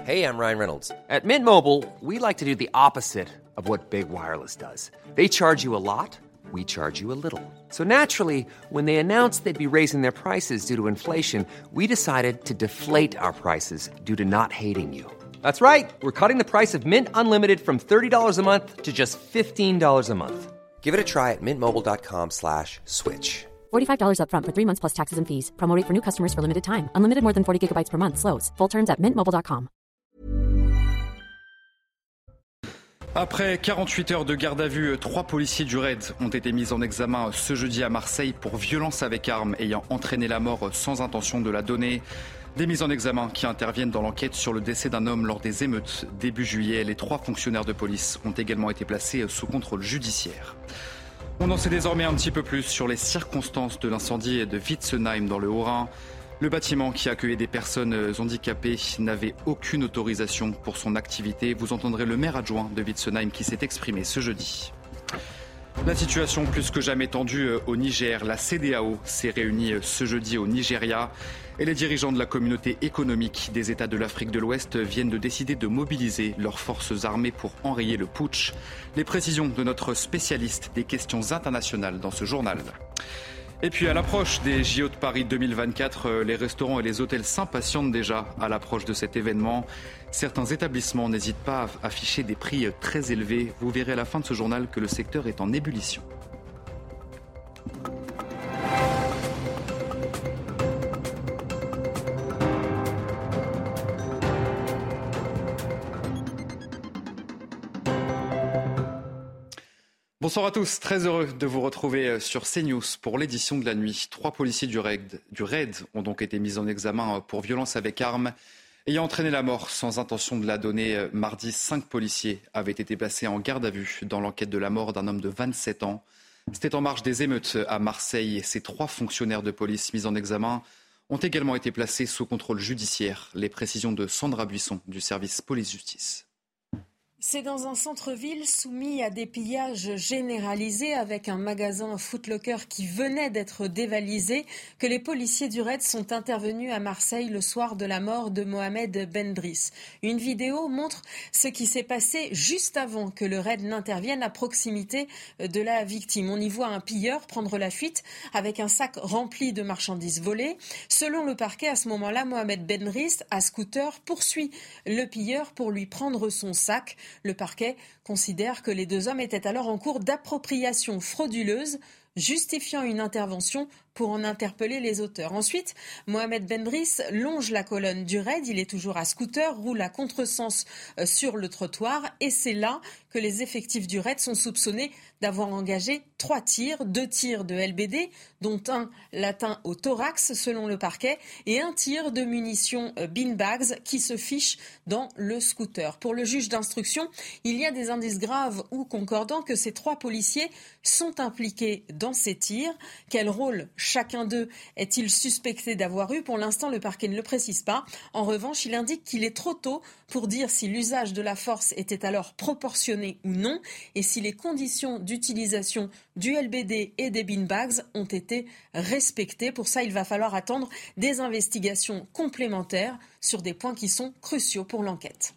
Hey, I'm Ryan Reynolds. At Mint Mobile, we like to do the opposite of what Big Wireless does. They charge you a lot, we charge you a little. So naturally, when they announced they'd be raising their prices due to inflation, we decided to deflate our prices due to not hating you. That's right. We're cutting the price of Mint Unlimited from $30 a month to just $15 a month. Give it a try at mintmobile.com/switch. $45 up front for 3 months plus taxes and fees. Promo rate for new customers for limited time. Unlimited more than 40 gigabytes per month. Slows full terms at mintmobile.com. Après 48 heures de garde à vue, 3 policiers du RAID ont été mis en examen ce jeudi à Marseille pour violence avec arme ayant entraîné la mort sans intention de la donner. Des mises en examen qui interviennent dans l'enquête sur le décès d'un homme lors des émeutes début juillet. Les 3 fonctionnaires de police ont également été placés sous contrôle judiciaire. On en sait désormais un petit peu plus sur les circonstances de l'incendie de Witzenheim dans le Haut-Rhin. Le bâtiment qui accueillait des personnes handicapées n'avait aucune autorisation pour son activité. Vous entendrez le maire adjoint de Witzenheim qui s'est exprimé ce jeudi. La situation plus que jamais tendue au Niger. La CEDEAO s'est réunie ce jeudi au Nigeria et les dirigeants de la communauté économique des États de l'Afrique de l'Ouest viennent de décider de mobiliser leurs forces armées pour enrayer le putsch. Les précisions de notre spécialiste des questions internationales dans ce journal. Et puis à l'approche des JO de Paris 2024, les restaurants et les hôtels s'impatientent déjà à l'approche de cet événement. Certains établissements n'hésitent pas à afficher des prix très élevés. Vous verrez à la fin de ce journal que le secteur est en ébullition. Bonsoir à tous, très heureux de vous retrouver sur CNews pour l'édition de la nuit. 3 policiers du RAID ont donc été mis en examen pour violence avec arme ayant entraîné la mort sans intention de la donner. Mardi, 5 policiers avaient été placés en garde à vue dans l'enquête de la mort d'un homme de 27 ans. C'était en marge des émeutes à Marseille. Ces 3 fonctionnaires de police mis en examen ont également été placés sous contrôle judiciaire. Les précisions de Sandra Buisson du service police-justice. C'est dans un centre-ville soumis à des pillages généralisés avec un magasin Foot Locker qui venait d'être dévalisé que les policiers du RAID sont intervenus à Marseille le soir de la mort de Mohamed Bendriss. Une vidéo montre ce qui s'est passé juste avant que le RAID n'intervienne à proximité de la victime. On y voit un pilleur prendre la fuite avec un sac rempli de marchandises volées. Selon le parquet, à ce moment-là, Mohamed Bendriss, à scooter, poursuit le pilleur pour lui prendre son sac. Le parquet considère que les 2 hommes étaient alors en cours d'appropriation frauduleuse, justifiant une intervention pour en interpeller les auteurs. Ensuite, Mohamed Bendriss longe la colonne du RAID. Il est toujours à scooter, roule à contresens sur le trottoir. Et c'est là que les effectifs du RAID sont soupçonnés d'avoir engagé 3 tirs, 2 tirs de LBD, dont un l'atteint au thorax selon le parquet, et un tir de munitions beanbags qui se fiche dans le scooter. Pour le juge d'instruction, il y a des indices graves ou concordants que ces 3 policiers sont impliqués dans ces tirs. Quel rôle chacun d'eux est-il suspecté d'avoir eu? Pour l'instant, le parquet ne le précise pas. En revanche, il indique qu'il est trop tôt pour dire si l'usage de la force était alors proportionné ou non et si les conditions d'utilisation du LBD et des beanbags ont été respectées. Pour ça, il va falloir attendre des investigations complémentaires sur des points qui sont cruciaux pour l'enquête.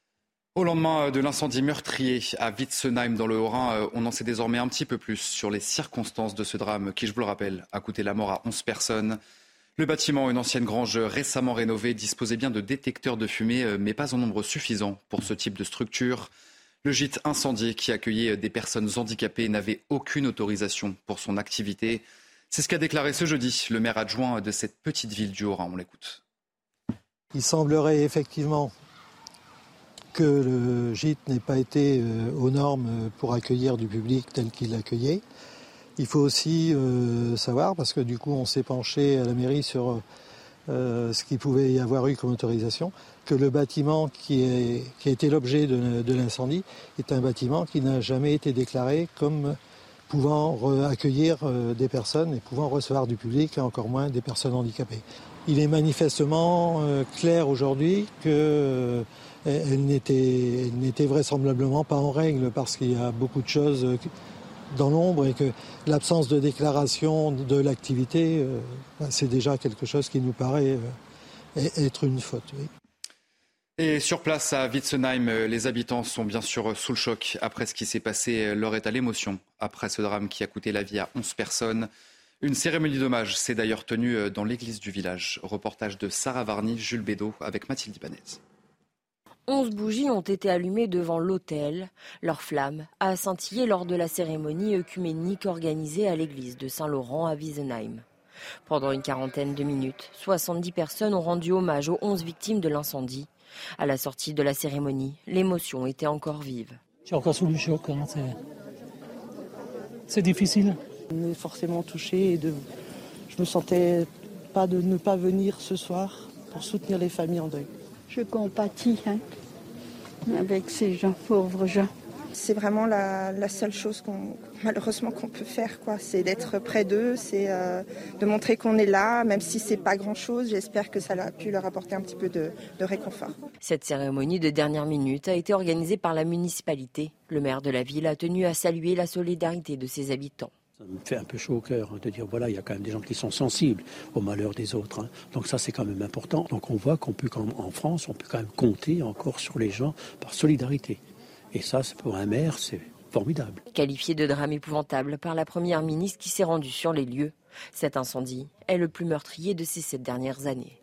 Au lendemain de l'incendie meurtrier à Witzenheim dans le Haut-Rhin, on en sait désormais un petit peu plus sur les circonstances de ce drame qui, je vous le rappelle, a coûté la mort à 11 personnes. Le bâtiment, une ancienne grange récemment rénovée, disposait bien de détecteurs de fumée, mais pas en nombre suffisant pour ce type de structure. Le gîte incendié qui accueillait des personnes handicapées n'avait aucune autorisation pour son activité. C'est ce qu'a déclaré ce jeudi le maire adjoint de cette petite ville du Haut-Rhin. On l'écoute. Il semblerait effectivement que le gîte n'ait pas été aux normes pour accueillir du public tel qu'il l'accueillait. Il faut aussi savoir, parce que du coup on s'est penché à la mairie sur ce qu'il pouvait y avoir eu comme autorisation, que le bâtiment qui a été l'objet de l'incendie est un bâtiment qui n'a jamais été déclaré comme pouvant accueillir des personnes et pouvant recevoir du public, et encore moins des personnes handicapées. Il est manifestement clair aujourd'hui que elle n'était vraisemblablement pas en règle parce qu'il y a beaucoup de choses dans l'ombre et que l'absence de déclaration de l'activité, c'est déjà quelque chose qui nous paraît être une faute. Oui. Et sur place à Witzenheim, les habitants sont bien sûr sous le choc après ce qui s'est passé. L'heure est à l'émotion après ce drame qui a coûté la vie à 11 personnes. Une cérémonie d'hommage s'est d'ailleurs tenue dans l'église du village. Reportage de Sarah Varny, Jules Bédot avec Mathilde Ibanez. 11 bougies ont été allumées devant l'autel. Leur flamme a scintillé lors de la cérémonie œcuménique organisée à l'église de Saint-Laurent à Witzenheim. Pendant une quarantaine de minutes, 70 personnes ont rendu hommage aux 11 victimes de l'incendie. À la sortie de la cérémonie, l'émotion était encore vive. Je suis encore sous le choc. C'est difficile. On est forcément touché et je me sentais pas de ne pas venir ce soir pour soutenir les familles en deuil. Je compatis avec ces gens, pauvres gens. C'est vraiment la seule chose malheureusement qu'on peut faire, quoi. C'est d'être près d'eux, c'est de montrer qu'on est là, même si c'est pas grand-chose. J'espère que ça a pu leur apporter un petit peu de réconfort. Cette cérémonie de dernière minute a été organisée par la municipalité. Le maire de la ville a tenu à saluer la solidarité de ses habitants. Ça me fait un peu chaud au cœur de dire voilà, il y a quand même des gens qui sont sensibles au malheur des autres. Donc ça, c'est quand même important. Donc on voit qu'en France, on peut quand même compter encore sur les gens par solidarité. Et ça, pour un maire, c'est formidable. Qualifié de drame épouvantable par la première ministre qui s'est rendue sur les lieux, cet incendie est le plus meurtrier de ces 7 dernières années.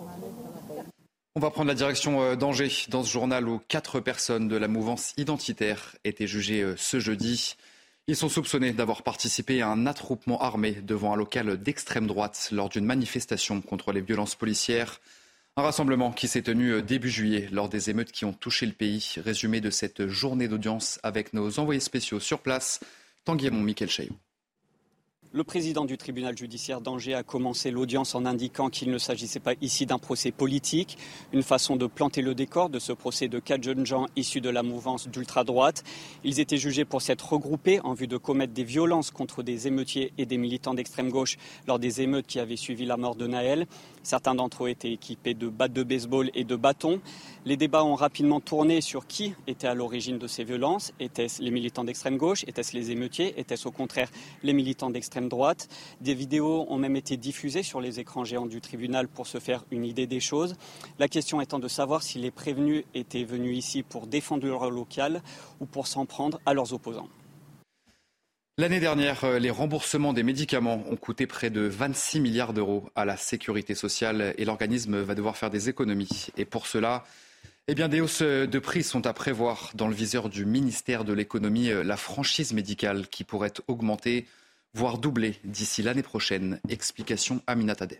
On va prendre la direction d'Angers dans ce journal où 4 personnes de la mouvance identitaire étaient jugées ce jeudi. Ils sont soupçonnés d'avoir participé à un attroupement armé devant un local d'extrême droite lors d'une manifestation contre les violences policières. Un rassemblement qui s'est tenu début juillet lors des émeutes qui ont touché le pays. Résumé de cette journée d'audience avec nos envoyés spéciaux sur place, Tanguy Hamon, Mickaël Chaillot. Le président du tribunal judiciaire d'Angers a commencé l'audience en indiquant qu'il ne s'agissait pas ici d'un procès politique, une façon de planter le décor de ce procès de 4 jeunes gens issus de la mouvance d'ultra-droite. Ils étaient jugés pour s'être regroupés en vue de commettre des violences contre des émeutiers et des militants d'extrême gauche lors des émeutes qui avaient suivi la mort de Naël. Certains d'entre eux étaient équipés de battes de baseball et de bâtons. Les débats ont rapidement tourné sur qui était à l'origine de ces violences. Étaient-ce les militants d'extrême gauche? Étaient-ce les émeutiers? Étaient-ce au contraire les militants d'extrême droite? Des vidéos ont même été diffusées sur les écrans géants du tribunal pour se faire une idée des choses. La question étant de savoir si les prévenus étaient venus ici pour défendre leur local ou pour s'en prendre à leurs opposants. L'année dernière, les remboursements des médicaments ont coûté près de 26 milliards d'euros à la sécurité sociale et l'organisme va devoir faire des économies. Et pour cela, des hausses de prix sont à prévoir dans le viseur du ministère de l'économie. La franchise médicale qui pourrait augmenter, voire doubler d'ici l'année prochaine. Explication Aminat Adem.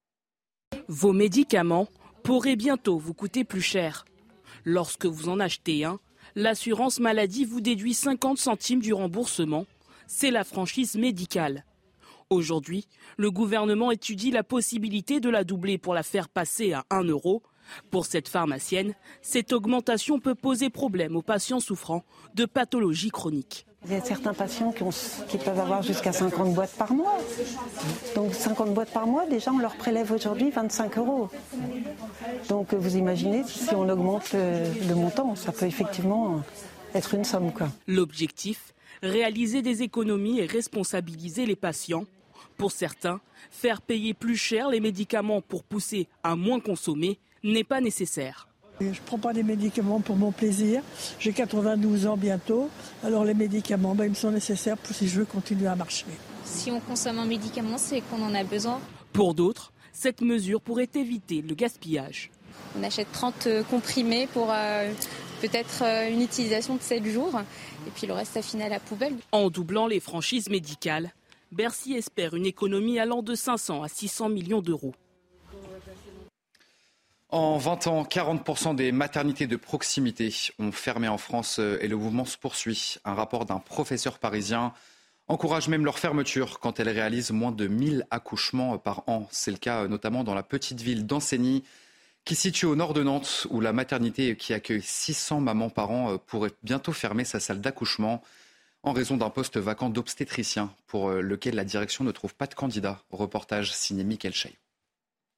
Vos médicaments pourraient bientôt vous coûter plus cher. Lorsque vous en achetez un, l'assurance maladie vous déduit 50 centimes du remboursement. C'est la franchise médicale. Aujourd'hui, le gouvernement étudie la possibilité de la doubler pour la faire passer à 1 euro. Pour cette pharmacienne, cette augmentation peut poser problème aux patients souffrant de pathologies chroniques. Il y a certains patients qui peuvent avoir jusqu'à 50 boîtes par mois. Donc 50 boîtes par mois, déjà on leur prélève aujourd'hui 25 euros. Donc vous imaginez, si on augmente le montant, ça peut effectivement être une somme, quoi. L'objectif, réaliser des économies et responsabiliser les patients. Pour certains, faire payer plus cher les médicaments pour pousser à moins consommer n'est pas nécessaire. Je ne prends pas des médicaments pour mon plaisir. J'ai 92 ans bientôt. Alors les médicaments, ils me sont nécessaires si je veux continuer à marcher. Si on consomme un médicament, c'est qu'on en a besoin. Pour d'autres, cette mesure pourrait éviter le gaspillage. On achète 30 comprimés pour peut-être une utilisation de 7 jours. Et puis le reste, ça finit à la poubelle. En doublant les franchises médicales, Bercy espère une économie allant de 500 à 600 millions d'euros. En 20 ans, 40% des maternités de proximité ont fermé en France et le mouvement se poursuit. Un rapport d'un professeur parisien encourage même leur fermeture quand elles réalisent moins de 1000 accouchements par an. C'est le cas notamment dans la petite ville d'Ancenis, qui se situe au nord de Nantes, où la maternité qui accueille 600 mamans par an pourrait bientôt fermer sa salle d'accouchement en raison d'un poste vacant d'obstétricien pour lequel la direction ne trouve pas de candidat. Reportage signé Mickaël Chaillot.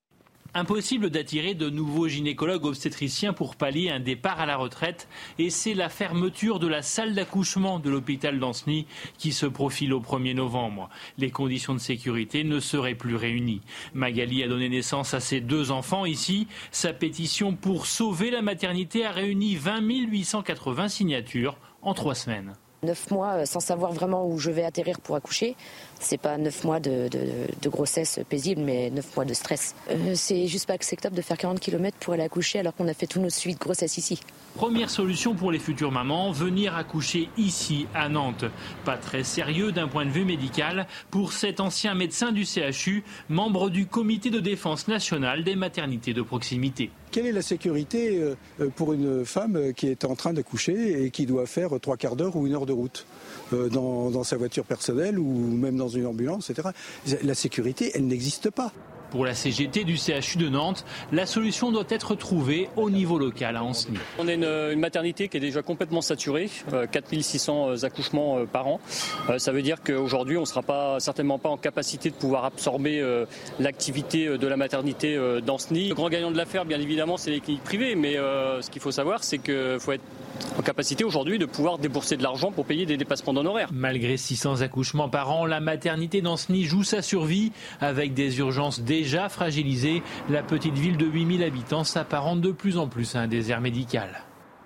Impossible d'attirer de nouveaux gynécologues obstétriciens pour pallier un départ à la retraite et c'est la fermeture de la salle d'accouchement de l'hôpital d'Ancenis qui se profile au 1er novembre. Les conditions de sécurité ne seraient plus réunies. Magali a donné naissance à ses 2 enfants ici. Sa pétition pour sauver la maternité a réuni 20 880 signatures en 3 semaines. 9 mois sans savoir vraiment où je vais atterrir pour accoucher, c'est pas 9 mois de grossesse paisible, mais 9 mois de stress. C'est juste pas acceptable de faire 40 km pour aller accoucher alors qu'on a fait tous nos suivis de grossesse ici. Première solution pour les futures mamans, venir accoucher ici à Nantes. Pas très sérieux d'un point de vue médical pour cet ancien médecin du CHU, membre du comité de défense nationale des maternités de proximité. Quelle est la sécurité pour une femme qui est en train d'accoucher et qui doit faire 3/4 d'heure ou 1 heure de route dans sa voiture personnelle ou même dans une ambulance, etc. La sécurité, elle n'existe pas. Pour la CGT du CHU de Nantes, la solution doit être trouvée au niveau local à Ancenis. On a une maternité qui est déjà complètement saturée, 4600 accouchements par an. Ça veut dire qu'aujourd'hui, on ne sera certainement pas en capacité de pouvoir absorber l'activité de la maternité d'Ancenis. Le grand gagnant de l'affaire, bien évidemment, c'est les cliniques privées, mais ce qu'il faut savoir, c'est qu'il faut être en capacité aujourd'hui de pouvoir débourser de l'argent pour payer des dépassements d'honoraires. Malgré 600 accouchements par an, la maternité d'Ancenis joue sa survie avec des urgences déjà fragilisées. La petite ville de 8000 habitants s'apparente de plus en plus à un désert médical.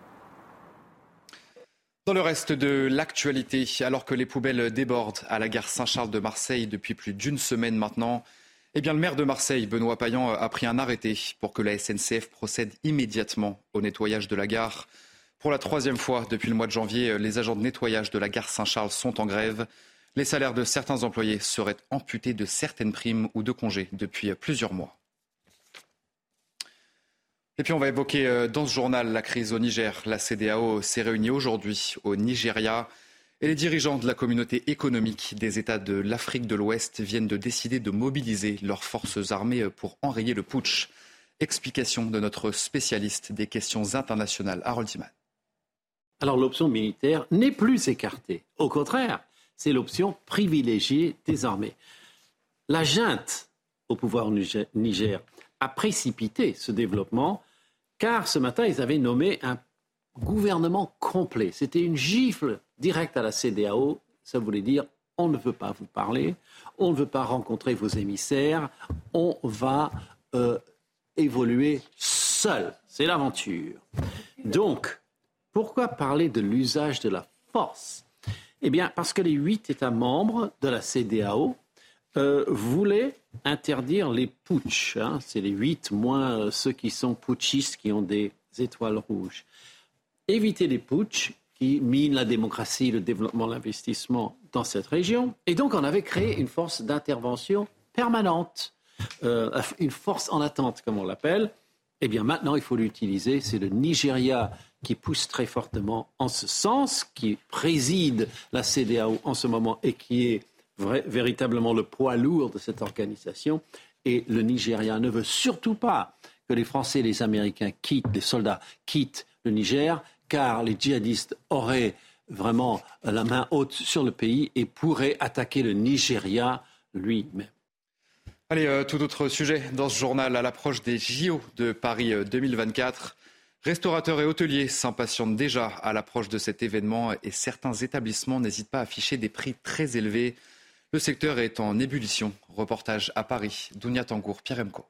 Dans le reste de l'actualité, alors que les poubelles débordent à la gare Saint-Charles de Marseille depuis plus d'1 semaine maintenant, le maire de Marseille, Benoît Payan, a pris un arrêté pour que la SNCF procède immédiatement au nettoyage de la gare. Pour la 3e fois depuis le mois de janvier, les agents de nettoyage de la gare Saint-Charles sont en grève. Les salaires de certains employés seraient amputés de certaines primes ou de congés depuis plusieurs mois. Et puis on va évoquer dans ce journal la crise au Niger. La CEDEAO s'est réunie aujourd'hui au Nigeria et les dirigeants de la communauté économique des États de l'Afrique de l'Ouest viennent de décider de mobiliser leurs forces armées pour enrayer le putsch. Explication de notre spécialiste des questions internationales, Harold Iman. Alors l'option militaire n'est plus écartée. Au contraire, c'est l'option privilégiée désormais. La junte au pouvoir au Niger a précipité ce développement car ce matin, ils avaient nommé un gouvernement complet. C'était une gifle directe à la CEDEAO. Ça voulait dire on ne veut pas vous parler, on ne veut pas rencontrer vos émissaires, on va évoluer seul. C'est l'aventure. Donc, pourquoi parler de l'usage de la force ? Eh bien, parce que les 8 États membres de la CEDEAO voulaient interdire les putschs. C'est les 8 moins ceux qui sont putschistes, qui ont des étoiles rouges. Éviter les putschs qui minent la démocratie, le développement, l'investissement dans cette région. Et donc, on avait créé une force d'intervention permanente, une force en attente, comme on l'appelle. Eh bien, maintenant, il faut l'utiliser. C'est le Nigeria qui pousse très fortement en ce sens, qui préside la CEDEAO en ce moment et qui est véritablement le poids lourd de cette organisation. Et le Nigeria ne veut surtout pas que les Français et les Américains les soldats quittent le Niger, car les djihadistes auraient vraiment la main haute sur le pays et pourraient attaquer le Nigeria lui-même. Allez, tout autre sujet dans ce journal. À l'approche des JO de Paris 2024, restaurateurs et hôteliers s'impatientent déjà à l'approche de cet événement et certains établissements n'hésitent pas à afficher des prix très élevés. Le secteur est en ébullition. Reportage à Paris, Dounia Tangour, Pierre Emco.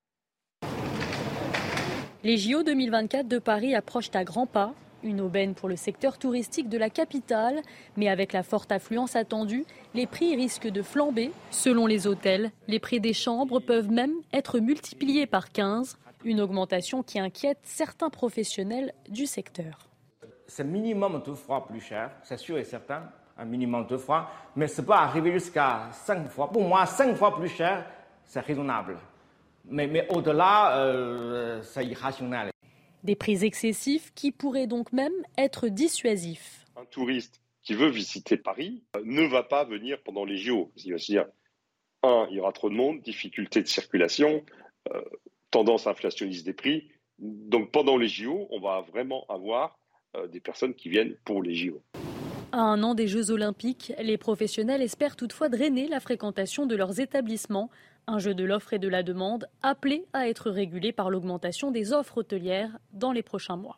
Les JO 2024 de Paris approchent à grands pas. Une aubaine pour le secteur touristique de la capitale. Mais avec la forte affluence attendue, les prix risquent de flamber. Selon les hôtels, les prix des chambres peuvent même être multipliés par 15. Une augmentation qui inquiète certains professionnels du secteur. C'est minimum 2 fois plus cher, c'est sûr et certain. Un minimum 2 fois. Mais ça peut arriver jusqu'à 5 fois. Pour moi, 5 fois plus cher, c'est raisonnable. Mais au-delà, c'est irrationnel. Des prix excessifs qui pourraient donc même être dissuasifs. Un touriste qui veut visiter Paris ne va pas venir pendant les JO. Il va se dire, il y aura trop de monde, difficulté de circulation, tendance inflationniste des prix. Donc pendant les JO, on va vraiment avoir des personnes qui viennent pour les JO. À 1 an des Jeux Olympiques, les professionnels espèrent toutefois drainer la fréquentation de leurs établissements Un jeu de l'offre et de la demande appelé à être régulé par l'augmentation des offres hôtelières dans les prochains mois.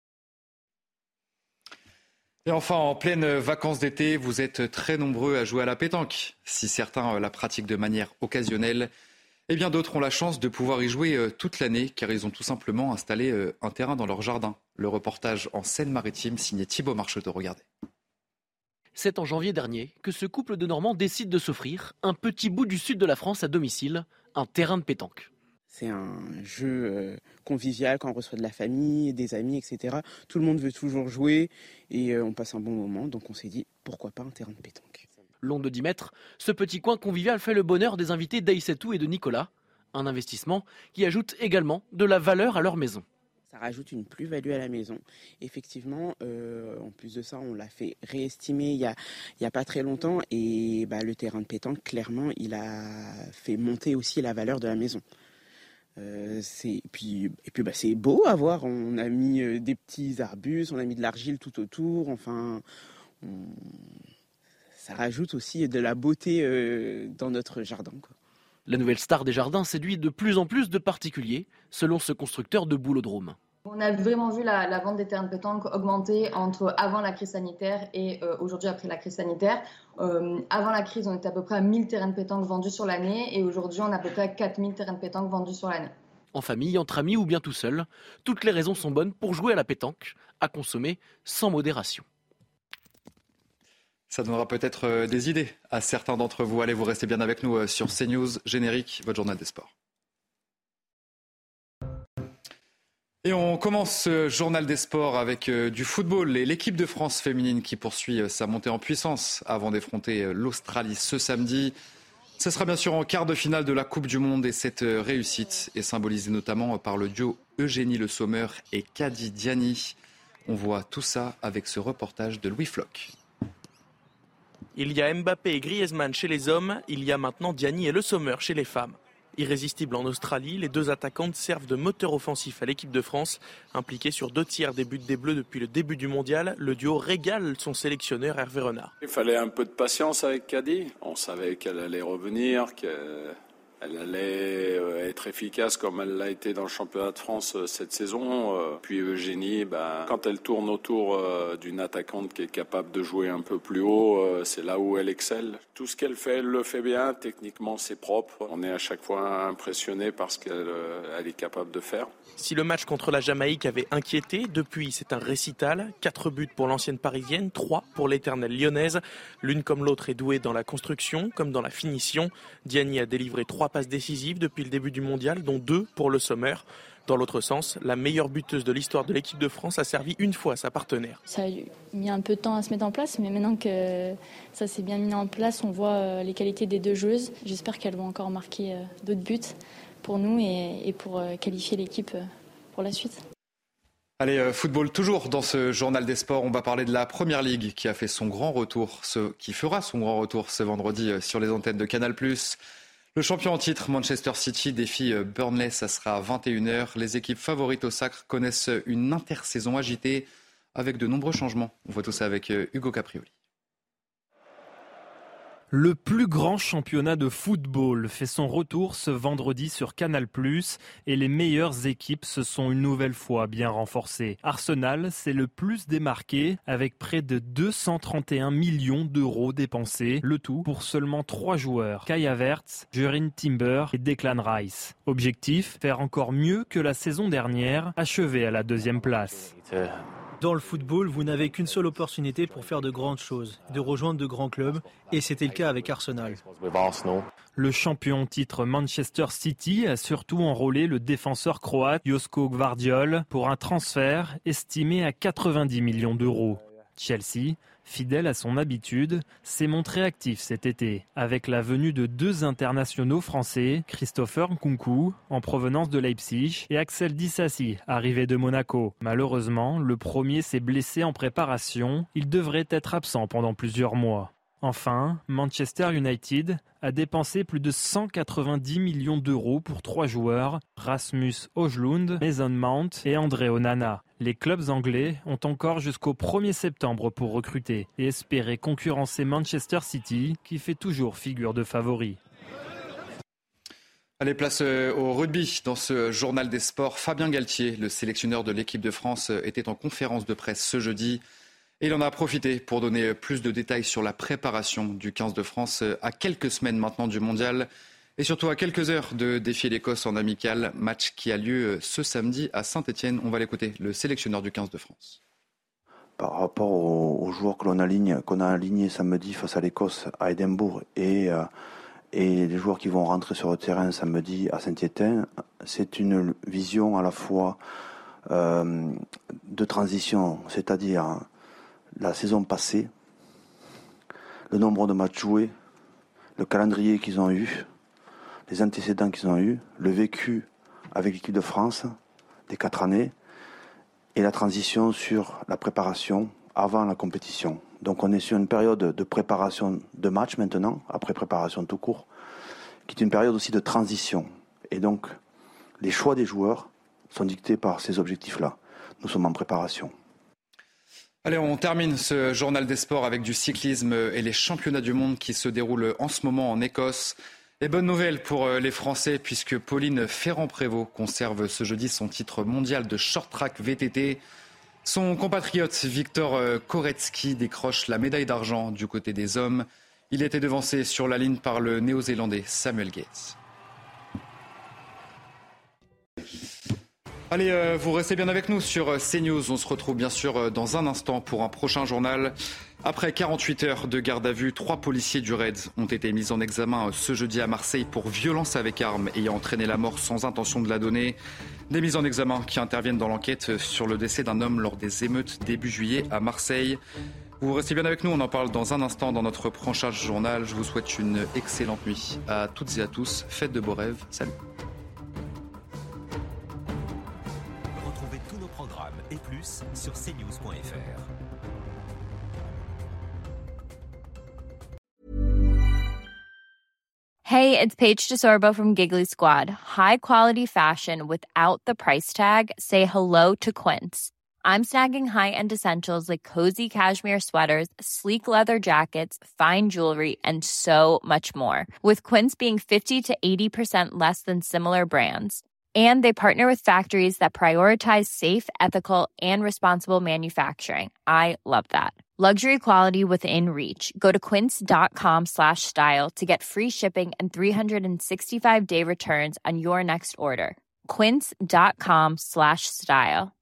Et enfin, en pleine vacances d'été, vous êtes très nombreux à jouer à la pétanque. Si certains la pratiquent de manière occasionnelle, eh bien d'autres ont la chance de pouvoir y jouer toute l'année car ils ont tout simplement installé un terrain dans leur jardin. Le reportage en Seine-Maritime signé Thibaut Marcheteau. Regardez. C'est en janvier dernier que ce couple de Normands décide de s'offrir un petit bout du sud de la France à domicile, un terrain de pétanque. C'est un jeu convivial quand on reçoit de la famille, des amis, etc. Tout le monde veut toujours jouer et on passe un bon moment. Donc on s'est dit, pourquoi pas un terrain de pétanque. Long de 10 mètres, ce petit coin convivial fait le bonheur des invités d'Aïssatou et de Nicolas. Un investissement qui ajoute également de la valeur à leur maison. Ça rajoute une plus-value à la maison. Effectivement, en plus de ça, on l'a fait réestimer il y a pas très longtemps. Et le terrain de pétanque, clairement, il a fait monter aussi la valeur de la maison. C'est beau à voir. On a mis des petits arbustes, on a mis de l'argile tout autour. Enfin, ça rajoute aussi de la beauté dans notre jardin, quoi. La nouvelle star des jardins séduit de plus en plus de particuliers, selon ce constructeur de Boulodrome. On a vraiment vu la vente des terrains de pétanque augmenter entre avant la crise sanitaire et aujourd'hui après la crise sanitaire. Avant la crise, on était à peu près à 1000 terrains de pétanque vendus sur l'année et aujourd'hui, on est à peu près à 4000 terrains de pétanque vendus sur l'année. En famille, entre amis ou bien tout seul, toutes les raisons sont bonnes pour jouer à la pétanque, à consommer sans modération. Ça donnera peut-être des idées à certains d'entre vous. Allez, vous restez bien avec nous sur CNews. Générique, votre journal des sports. Et on commence ce journal des sports avec du football et l'équipe de France féminine qui poursuit sa montée en puissance avant d'affronter l'Australie ce samedi. Ce sera bien sûr en quart de finale de la Coupe du Monde et cette réussite est symbolisée notamment par le duo Eugénie Le Sommer et Kady Diani. On voit tout ça avec ce reportage de Louis Floch. Il y a Mbappé et Griezmann chez les hommes, il y a maintenant Diani et Le Sommer chez les femmes. Irrésistibles en Australie, les deux attaquantes servent de moteur offensif à l'équipe de France. Impliquée sur 2 tiers des buts des Bleus depuis le début du mondial, le duo régale son sélectionneur Hervé Renard. Il fallait un peu de patience avec Kady. On savait qu'elle allait revenir, qu'elle allait être efficace comme elle l'a été dans le championnat de France cette saison. Puis Eugénie, quand elle tourne autour d'une attaquante qui est capable de jouer un peu plus haut, c'est là où elle excelle. Tout ce qu'elle fait, elle le fait bien. Techniquement, c'est propre. On est à chaque fois impressionné par ce qu'elle est capable de faire. Si le match contre la Jamaïque avait inquiété, depuis c'est un récital. 4 buts pour l'ancienne parisienne, 3 pour l'éternelle lyonnaise. L'une comme l'autre est douée dans la construction comme dans la finition. Diani a délivré 3 passes décisives depuis le début du mondial, dont 2 pour Le Sommer. Dans l'autre sens, la meilleure buteuse de l'histoire de l'équipe de France a servi une fois sa partenaire. Ça a mis un peu de temps à se mettre en place, mais maintenant que ça s'est bien mis en place, on voit les qualités des deux joueuses. J'espère qu'elles vont encore marquer d'autres buts pour nous et pour qualifier l'équipe pour la suite. Allez, football toujours dans ce journal des sports. On va parler de la Première Ligue qui a fait son grand retour, qui fera son grand retour ce vendredi sur les antennes de Canal+. Le champion en titre, Manchester City, défie Burnley, ça sera à 21h. Les équipes favorites au sacre connaissent une intersaison agitée avec de nombreux changements. On voit tout ça avec Hugo Caprioli. Le plus grand championnat de football fait son retour ce vendredi sur Canal+, et les meilleures équipes se sont une nouvelle fois bien renforcées. Arsenal s'est le plus démarqué avec près de 231 millions d'euros dépensés, le tout pour seulement 3 joueurs, Kai Havertz, Jurrien Timber et Declan Rice. Objectif, faire encore mieux que la saison dernière, achevé à la 2e place. Dans le football, vous n'avez qu'une seule opportunité pour faire de grandes choses, de rejoindre de grands clubs, et c'était le cas avec Arsenal. Le champion titre Manchester City a surtout enrôlé le défenseur croate Josko Gvardiol pour un transfert estimé à 90 millions d'euros. Chelsea, fidèle à son habitude, s'est montré actif cet été, avec la venue de 2 internationaux français, Christopher Nkunku, en provenance de Leipzig, et Axel Disasi, arrivé de Monaco. Malheureusement, le premier s'est blessé en préparation, il devrait être absent pendant plusieurs mois. Enfin, Manchester United a dépensé plus de 190 millions d'euros pour 3 joueurs, Rasmus Højlund, Mason Mount et André Onana. Les clubs anglais ont encore jusqu'au 1er septembre pour recruter et espérer concurrencer Manchester City, qui fait toujours figure de favori. Allez, place au rugby. Dans ce journal des sports, Fabien Galtier, le sélectionneur de l'équipe de France, était en conférence de presse ce jeudi. Et il en a profité pour donner plus de détails sur la préparation du 15 de France à quelques semaines maintenant du mondial. Et surtout à quelques heures de défier l'Écosse en amical, match qui a lieu ce samedi à Saint-Etienne. On va l'écouter, le sélectionneur du 15 de France. Par rapport aux joueurs qu'on a alignés samedi face à l'Écosse à Édimbourg et les joueurs qui vont rentrer sur le terrain samedi à Saint-Étienne, c'est une vision à la fois de transition, c'est-à-dire la saison passée, le nombre de matchs joués, le calendrier qu'ils ont eu, les antécédents qu'ils ont eu, le vécu avec l'équipe de France des 4 années et la transition sur la préparation avant la compétition. Donc on est sur une période de préparation de match maintenant, après préparation tout court, qui est une période aussi de transition. Et donc les choix des joueurs sont dictés par ces objectifs-là. Nous sommes en préparation. Allez, on termine ce journal des sports avec du cyclisme et les championnats du monde qui se déroulent en ce moment en Écosse. Et bonne nouvelle pour les Français puisque Pauline Ferrand-Prévot conserve ce jeudi son titre mondial de short-track VTT. Son compatriote Victor Koretsky décroche la médaille d'argent du côté des hommes. Il était devancé sur la ligne par le néo-zélandais Samuel Gates. Allez, vous restez bien avec nous sur CNews. On se retrouve bien sûr dans un instant pour un prochain journal. Après 48 heures de garde à vue, 3 policiers du RAID ont été mis en examen ce jeudi à Marseille pour violence avec arme ayant entraîné la mort sans intention de la donner. Des mises en examen qui interviennent dans l'enquête sur le décès d'un homme lors des émeutes début juillet à Marseille. Vous restez bien avec nous, on en parle dans un instant dans notre prochain journal. Je vous souhaite une excellente nuit à toutes et à tous. Faites de beaux rêves. Salut. Retrouvez tous nos programmes et plus sur cnews.fr. Hey, it's Paige DeSorbo from Giggly Squad. High quality fashion without the price tag. Say hello to Quince. I'm snagging high-end essentials like cozy cashmere sweaters, sleek leather jackets, fine jewelry, and so much more. With Quince being 50 to 80% less than similar brands. And they partner with factories that prioritize safe, ethical, and responsible manufacturing. I love that. Luxury quality within reach. Go to quince.com/style to get free shipping and 365-day returns on your next order. Quince.com/style.